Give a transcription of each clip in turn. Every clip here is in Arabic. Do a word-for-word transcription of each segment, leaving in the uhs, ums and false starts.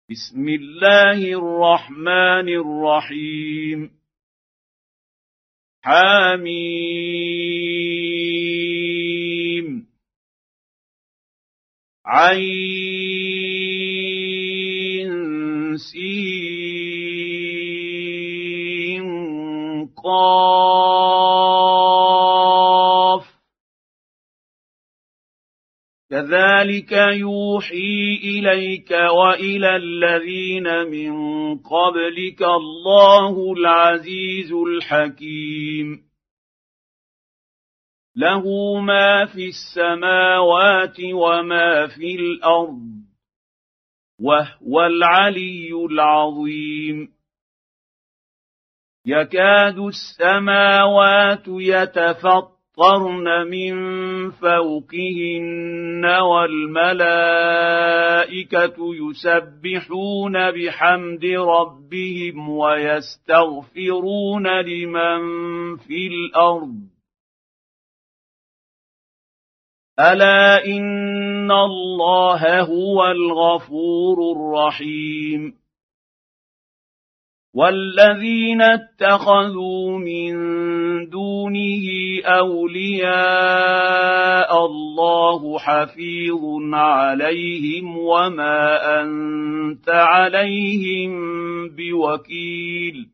بسم الله الرحمن الرحيم حميم عين سين قاف كذلك يوحي إليك وإلى الذين من قبلك الله العزيز الحكيم له ما في السماوات وما في الأرض وهو العلي العظيم يكاد السماوات يتفطرن من فوقهن والملائكة يسبحون بحمد ربهم ويستغفرون لمن في الأرض ألا إن الله هو الغفور الرحيم والذين اتخذوا من دونه أولياء الله حفيظ عليهم وما أنت عليهم بوكيل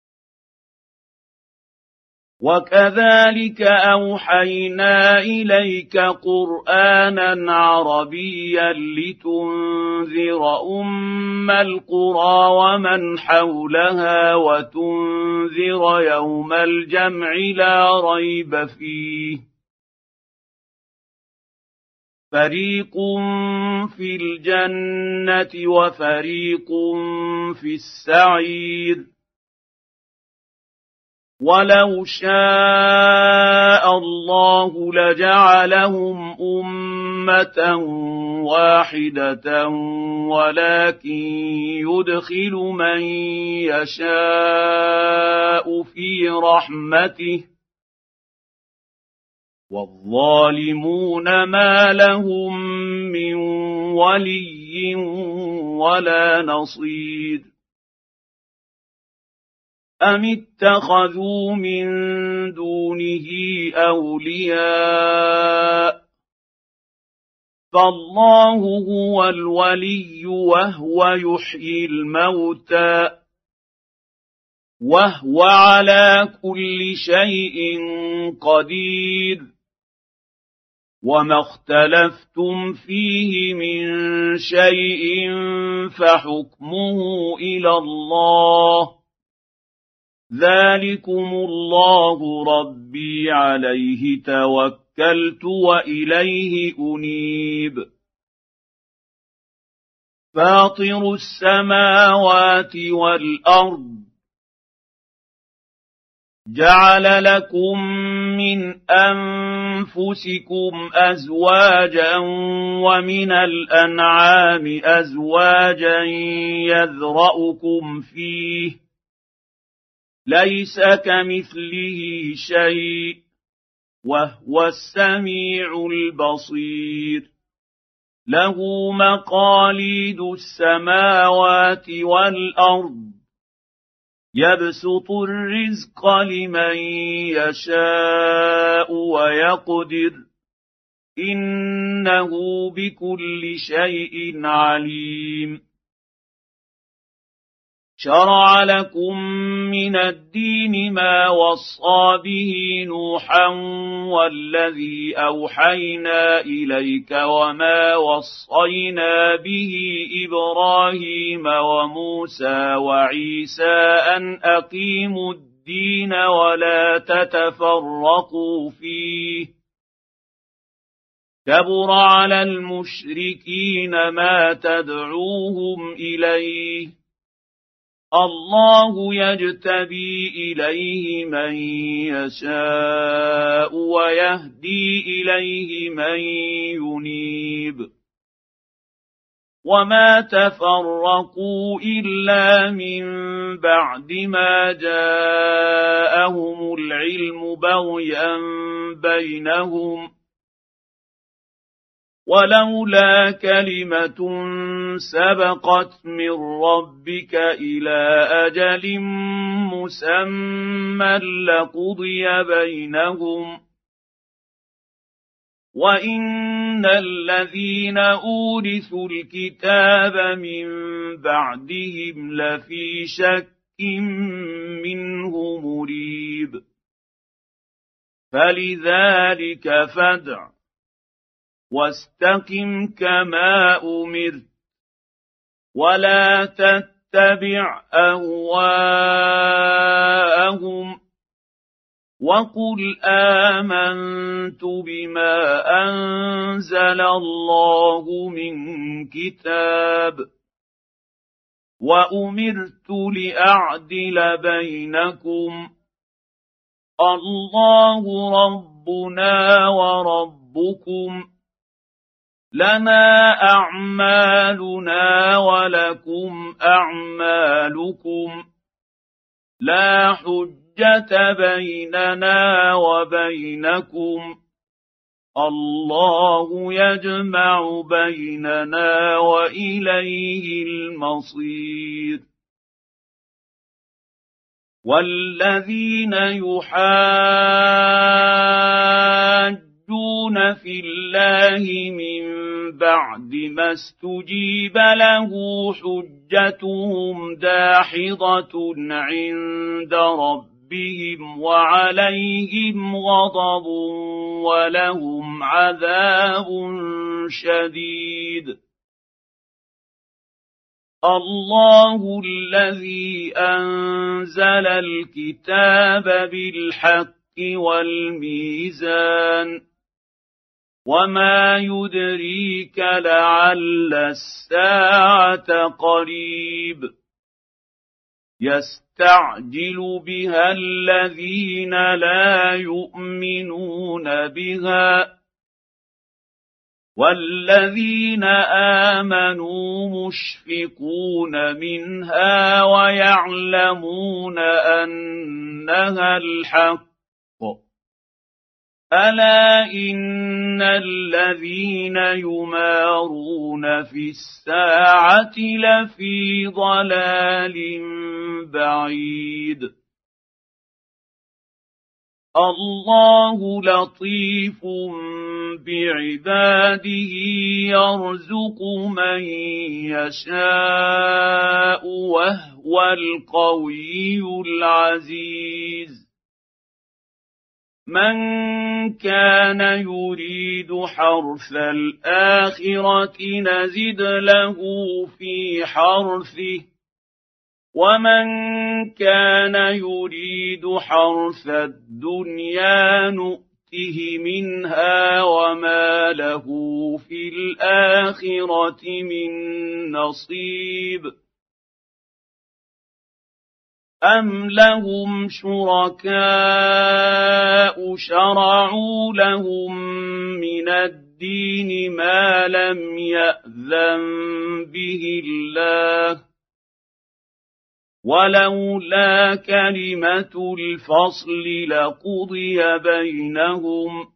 وكذلك أوحينا إليك قرآنا عربيا لتنذر أم القرى ومن حولها وتنذر يوم الجمع لا ريب فيه فريق في الجنة وفريق في السعير ولو شاء الله لجعلهم أمة واحدة ولكن يدخل من يشاء في رحمته والظالمون ما لهم من ولي ولا نصير أم اتخذوا من دونه أولياء فالله هو الولي وهو يحيي الموتى وهو على كل شيء قدير وما اختلفتم فيه من شيء فحكمه إلى الله ذلكم الله ربي عليه توكلت وإليه أنيب فاطر السماوات والأرض جعل لكم من أنفسكم أزواجا ومن الأنعام أزواجا يذرأكم فيه ليس كمثله شيء وهو السميع البصير له مقاليد السماوات والأرض يبسط الرزق لمن يشاء ويقدر إنه بكل شيء عليم شرع لكم من الدين ما وصى به نوحا والذي أوحينا إليك وما وصينا به إبراهيم وموسى وعيسى أن أقيموا الدين ولا تتفرقوا فيه كبر على المشركين ما تدعوهم إليه الله يجتبي إليه من يشاء ويهدي إليه من ينيب وما تفرقوا إلا من بعد ما جاءهم العلم بغيا بينهم ولولا كلمة سبقت من ربك إلى أجل مسمى لقضي بينهم وإن الذين أورثوا الكتاب من بعدهم لفي شك منه مريب فلذلك فادع واستقم كما أمرت ولا تتبع أهواءهم وقل آمنت بما أنزل الله من كتاب وأمرت لأعدل بينكم الله ربنا وربكم لنا أعمالنا ولكم أعمالكم لا حجة بيننا وبينكم الله يجمع بيننا وإليه المصير والذين يحاجون في الله من بعد ما استجيب له حجتهم داحضة عند ربهم وعليهم غضب ولهم عذاب شديد الله الذي أنزل الكتاب بالحق والميزان وما يدريك لعل الساعة قريب يستعجل بها الذين لا يؤمنون بها والذين آمنوا مشفقون منها ويعلمون أنها الحق ألا إن الذين يمارون في الساعة لفي ضلال بعيد الله لطيف بعباده يرزق من يشاء وهو القوي العزيز من كان يريد حرث الآخرة نزد له في حرثه ومن كان يريد حرث الدنيا نؤته منها وما له في الآخرة من نصيب أم لهم شركاء شرعوا لهم من الدين ما لم يأذن به الله ولولا كلمة الفصل لقضي بينهم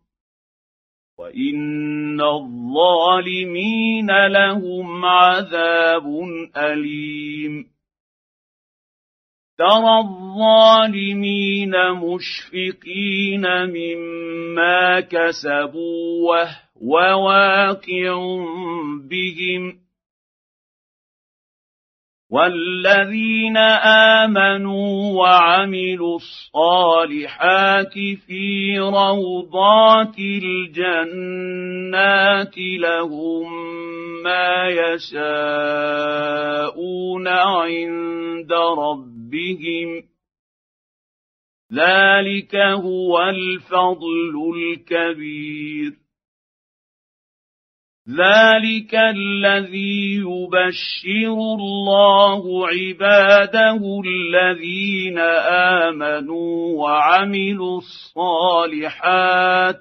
وإن الظالمين لهم عذاب أليم ترى الظالمين مشفقين مما كسبوا وهو واقع بهم والذين آمنوا وعملوا الصالحات في روضات الجنات لهم ما يشاءون عند ربهم ذلك هو الفضل الكبير ذلك الذي يبشر الله عباده الذين آمنوا وعملوا الصالحات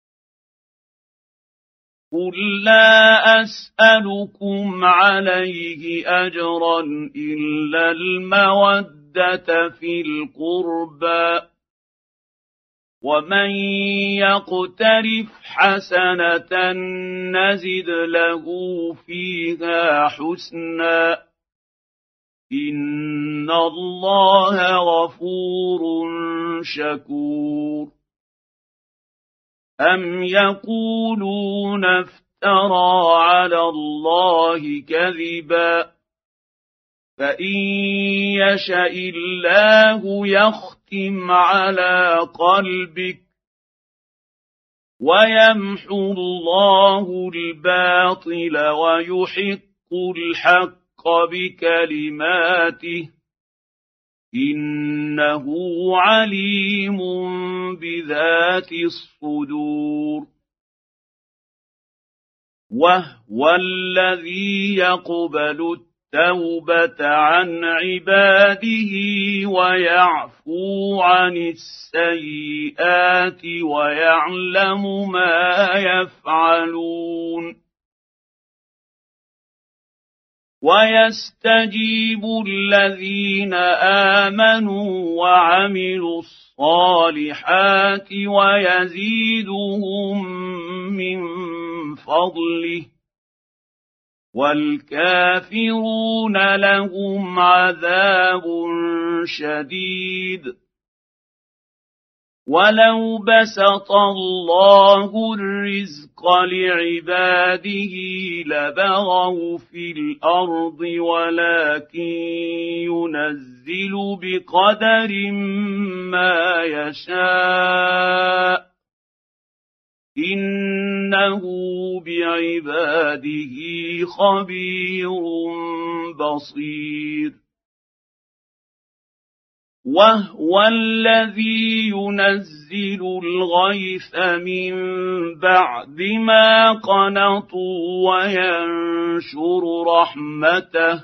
قل لا أسألكم عليه أجرا إلا المودة في القربى ومن يقترف حسنة نزد له فيها حسنا إن الله غفور شكور أم يقولون افترى على الله كذبا فإن يشأ الله يختم على قلبك ويمحو الله الباطل ويحق الحق بكلماته إنه عليم بذات الصدور وهو الذي يقبل التوبة عن عباده ويعفو عن السيئات ويعلم ما يفعلون ويستجيب الذين آمنوا وعملوا الصالحات ويزيدهم من فضله والكافرون لهم عذاب شديد ولو بسط الله الرزق لعباده لبغوا في الأرض ولكن ينزل بقدر ما يشاء إنه بعباده خبير بصير وهو الذي ينزل الغيث من بعد ما قنطوا وينشر رحمته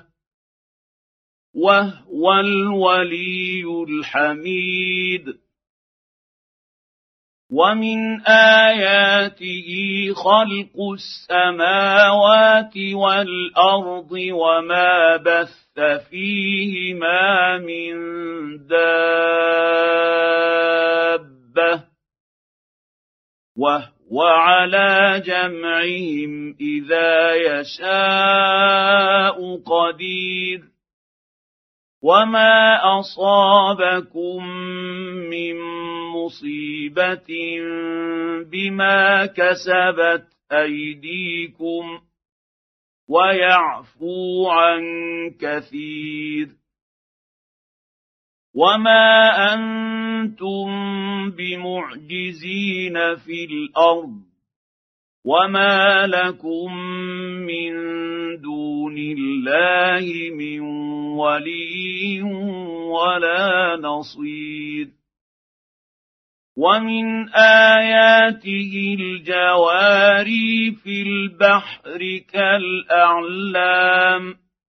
وهو الولي الحميد ومن آياته خلق السماوات والأرض وما بث فيهما من دابة وهو على جمعهم إذا يشاء قدير وما أصابكم من مصيبة بما كسبت أيديكم ويعفو عن كثير وما أنتم بمعجزين في الأرض وما لكم من دون الله من ولي ولا نصير ومن آياته الجواري في البحر كالأعلام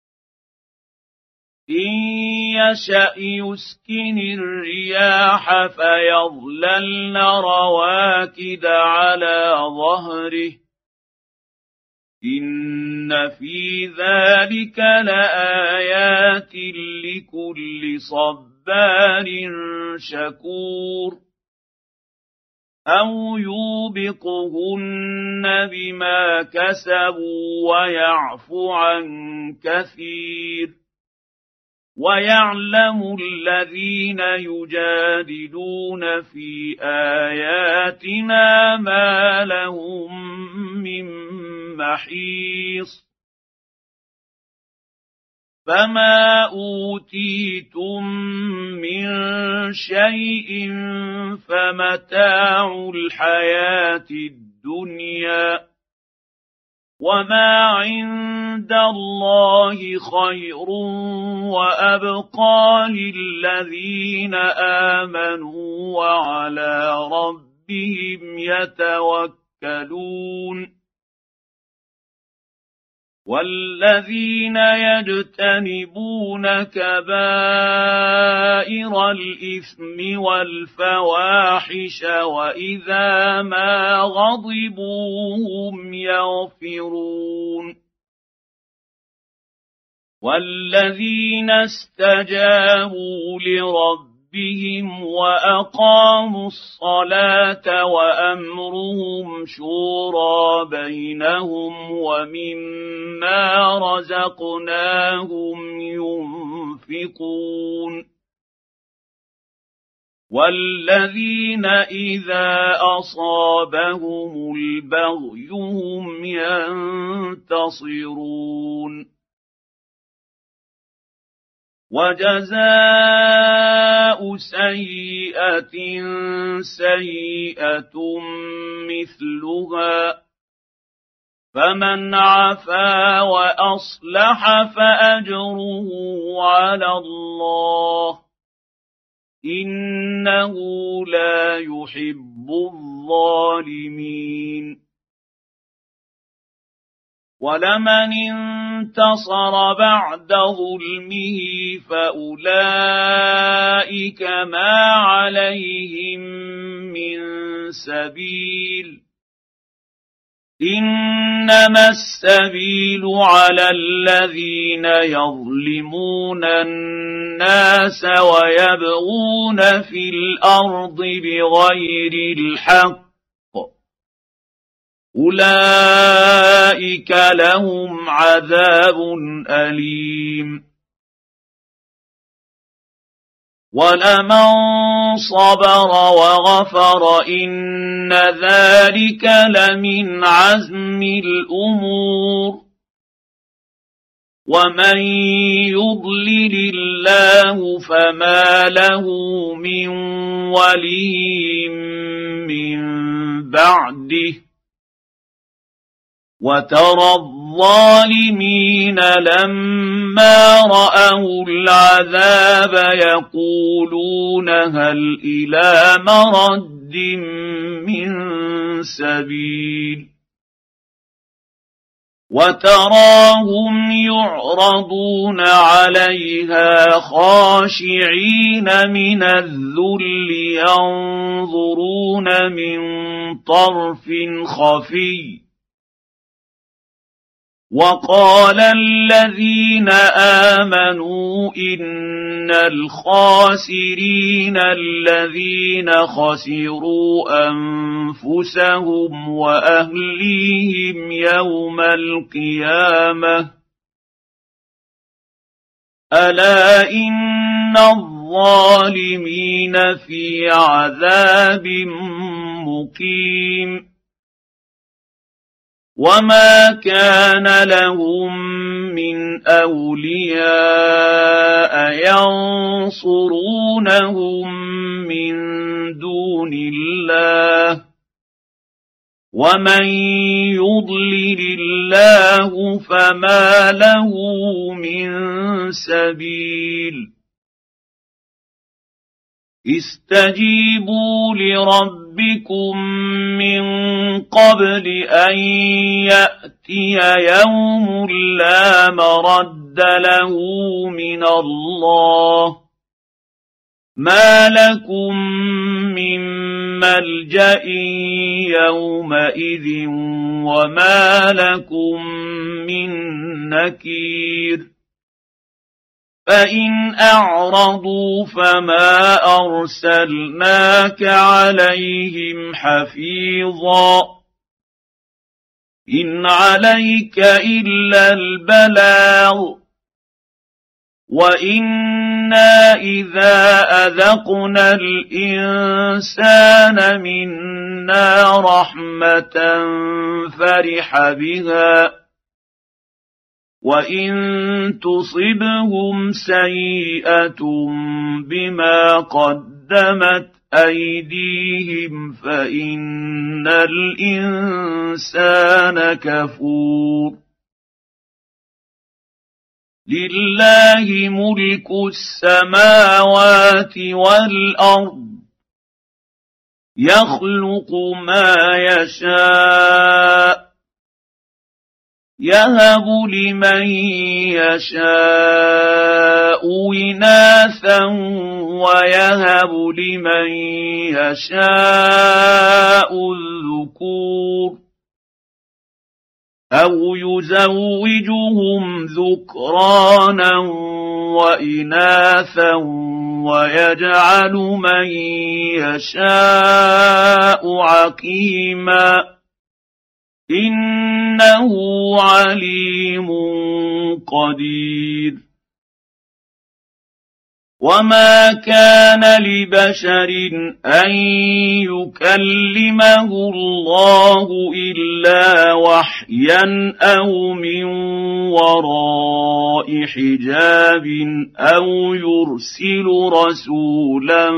إن يشأ يسكن الرياح فيظللن رواكد على ظهره إن في ذلك لآيات لكل صبار شكور أو يوبقهن بما كسبوا ويعفو عن كثير ويعلم الذين يجادلون في آياتنا ما لهم من محيص فما أوتيتم من شيء فمتاع الحياة الدنيا وما عند الله خير وأبقى للذين آمنوا وعلى ربهم يتوكلون والذين يجتنبون كبائر الإثم والفواحش وإذا ما غضبوا هم يغفرون والذين استجابوا لربهم ربهم وأقاموا الصلاة وأمرهم شورى بينهم ومما رزقناهم ينفقون والذين إذا أصابهم البغي هم ينتصرون وجزاء سيئة سيئة مثلها فمن عفا وأصلح فأجره على الله إنه لا يحب الظالمين ولمن انتصر بعد ظلمه فأولئك ما عليهم من سبيل إنما السبيل على الذين يظلمون الناس ويبغون في الأرض بغير الحق أولئك لهم عذاب أليم ولمن صبر وغفر إن ذلك لمن عزم الأمور ومن يضلل الله فما له من ولي من بعده وترى الظالمين لما رأوا العذاب يقولون هل إلى مرد من سبيل وتراهم يعرضون عليها خاشعين من الذل ينظرون من طرف خفي وقال الذين آمنوا إن الخاسرين الذين خسروا أنفسهم وأهليهم يوم القيامة ألا إن الظالمين في عذاب مقيم وما كان لهم من أولياء ينصرونهم من دون الله ومن يضلل الله فما له من سبيل استجيبوا لربكم من قبل أن يأتي يوم لا مرد له من الله ما لكم من ملجأ يومئذ وما لكم من نكير فإن أعرضوا فما أرسلناك عليهم حفيظا إن عليك إلا البلاغ وإنا إذا أذقنا الإنسان منا رحمة فرح بها وإن تصبهم سيئة بما قدمت أيديهم فإن الإنسان كفور لله ملك السماوات والأرض يخلق ما يشاء يهب لمن يشاء إناثا ويهب لمن يشاء الذكور أو يزوجهم ذكرانا وإناثا ويجعل من يشاء عقيما إنه عليم قدير. وما كان لبشر أن يكلمه الله إلا وحيا أو من وراء حجاب أو يرسل رسولا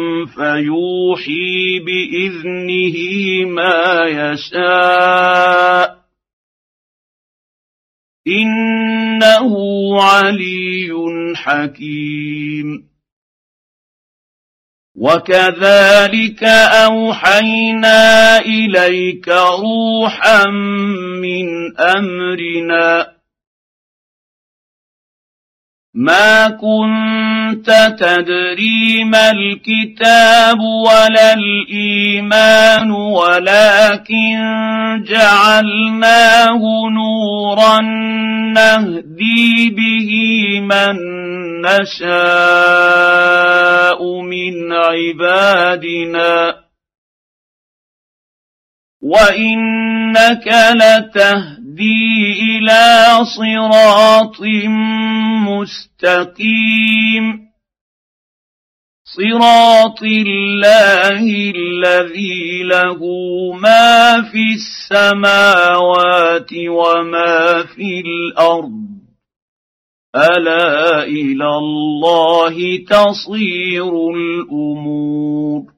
فيوحي بإذنه ما يشاء إنه علي حكيم. وكذلك أوحينا إليك روحا من أمرنا ما كنت تدري ما الكتاب ولا الإيمان ولكن جعلناه نورا نهدي به من نشاء من عبادنا وإنك لتهدي إلى صراط مستقيم صراط الله الذي له ما في السماوات وما في الأرض ألا إلى الله تصير الأمور.